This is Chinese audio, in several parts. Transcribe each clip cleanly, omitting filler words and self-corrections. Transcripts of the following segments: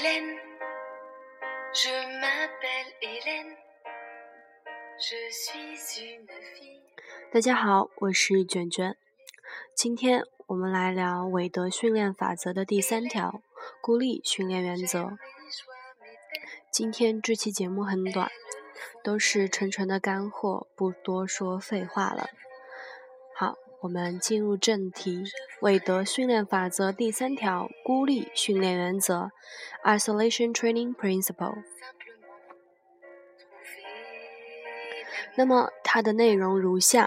Hélène, je m'appelle Hélène, je suis une fille。 大家好，我是卷卷。今天我们来聊韦德训练法则的第3条，孤立训练原则。今天这期节目很短，都是纯纯的干货，不多说废话了。好，我们进入正题。韦德训练法则第3条，孤立训练原则 ，Isolation Training Principle。那么它的内容如下：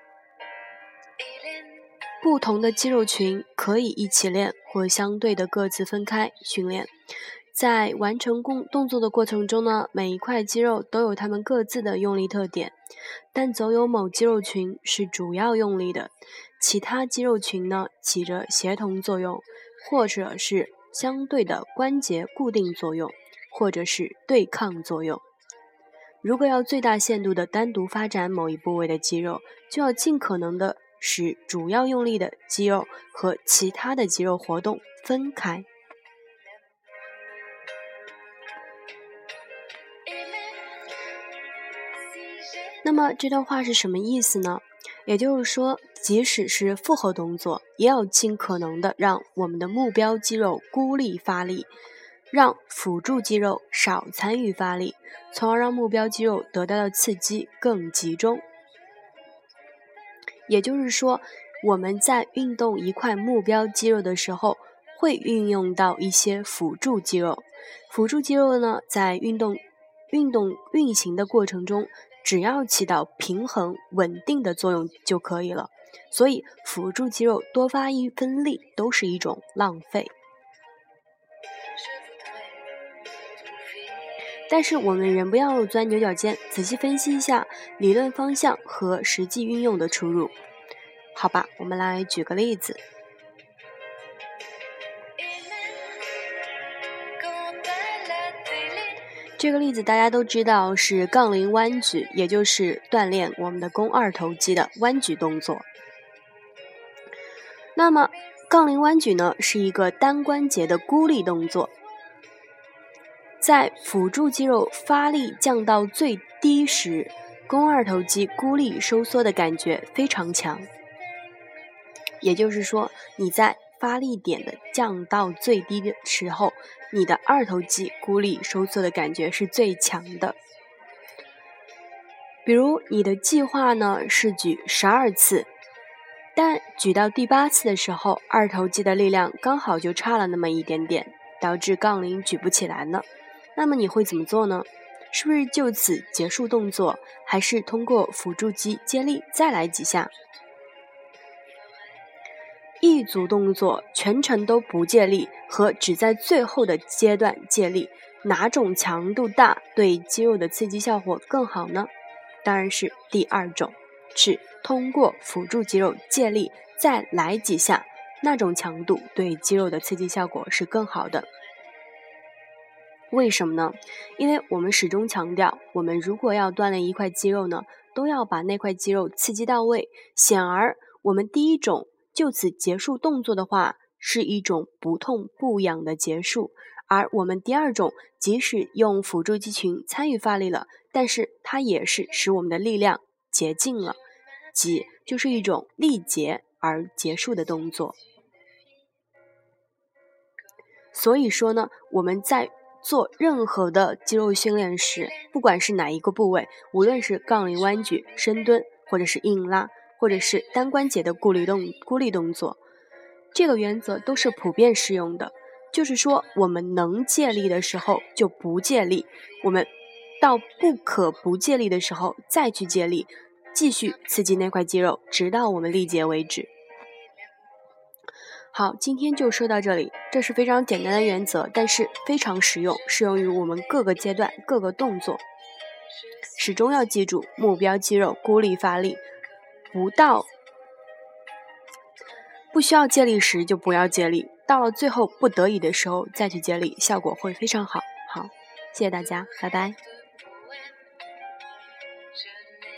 不同的肌肉群可以一起练，或相对的各自分开训练。在完成动作的过程中呢，每一块肌肉都有它们各自的用力特点，但总有某肌肉群是主要用力的，其他肌肉群呢起着协同作用，或者是相对的关节固定作用，或者是对抗作用。如果要最大限度的单独发展某一部位的肌肉，就要尽可能的使主要用力的肌肉和其他的肌肉活动分开。那么这段话是什么意思呢？也就是说，即使是复合动作，也要尽可能的让我们的目标肌肉孤立发力，让辅助肌肉少参与发力，从而让目标肌肉得到的刺激更集中。也就是说，我们在运动一块目标肌肉的时候，会运用到一些辅助肌肉。辅助肌肉呢，在运行的过程中，只要起到平衡稳定的作用就可以了。所以辅助肌肉多发一分力都是一种浪费。但是我们仍不要钻牛角尖，仔细分析一下理论方向和实际运用的出入。好吧，我们来举个例子。这个例子大家都知道是杠铃弯举，也就是锻炼我们的肱二头肌的弯举动作。那么杠铃弯举呢，是一个单关节的孤立动作。在辅助肌肉发力降到最低时，肱二头肌孤立收缩的感觉非常强。也就是说，你在发力点的降到最低的时候，你的二头肌孤立收缩的感觉是最强的。比如你的计划呢是举12次，但举到第8次的时候，二头肌的力量刚好就差了那么一点点，导致杠铃举不起来呢。那么你会怎么做呢？是不是就此结束动作，还是通过辅助肌接力再来几下？一组动作全程都不借力和只在最后的阶段借力，哪种强度大，对肌肉的刺激效果更好呢？当然是第2种，是通过辅助肌肉借力再来几下，那种强度对肌肉的刺激效果是更好的。为什么呢？因为我们始终强调，我们如果要锻炼一块肌肉呢，都要把那块肌肉刺激到位。显而我们第1种就此结束动作的话，是一种不痛不痒的结束，而我们第2种即使用辅助肌群参与发力了，但是它也是使我们的力量竭尽了，即就是一种力竭而结束的动作。所以说呢，我们在做任何的肌肉训练时，不管是哪一个部位，无论是杠铃弯举、深蹲，或者是硬拉，或者是单关节的孤立动作，这个原则都是普遍适用的。就是说，我们能借力的时候就不借力，我们到不可不借力的时候再去借力，继续刺激那块肌肉，直到我们力竭为止。好，今天就说到这里。这是非常简单的原则，但是非常实用，适用于我们各个阶段、各个动作。始终要记住，目标肌肉孤立发力，不需要借力时就不要借力，到了最后不得已的时候再去借力，效果会非常好。好，谢谢大家，拜拜。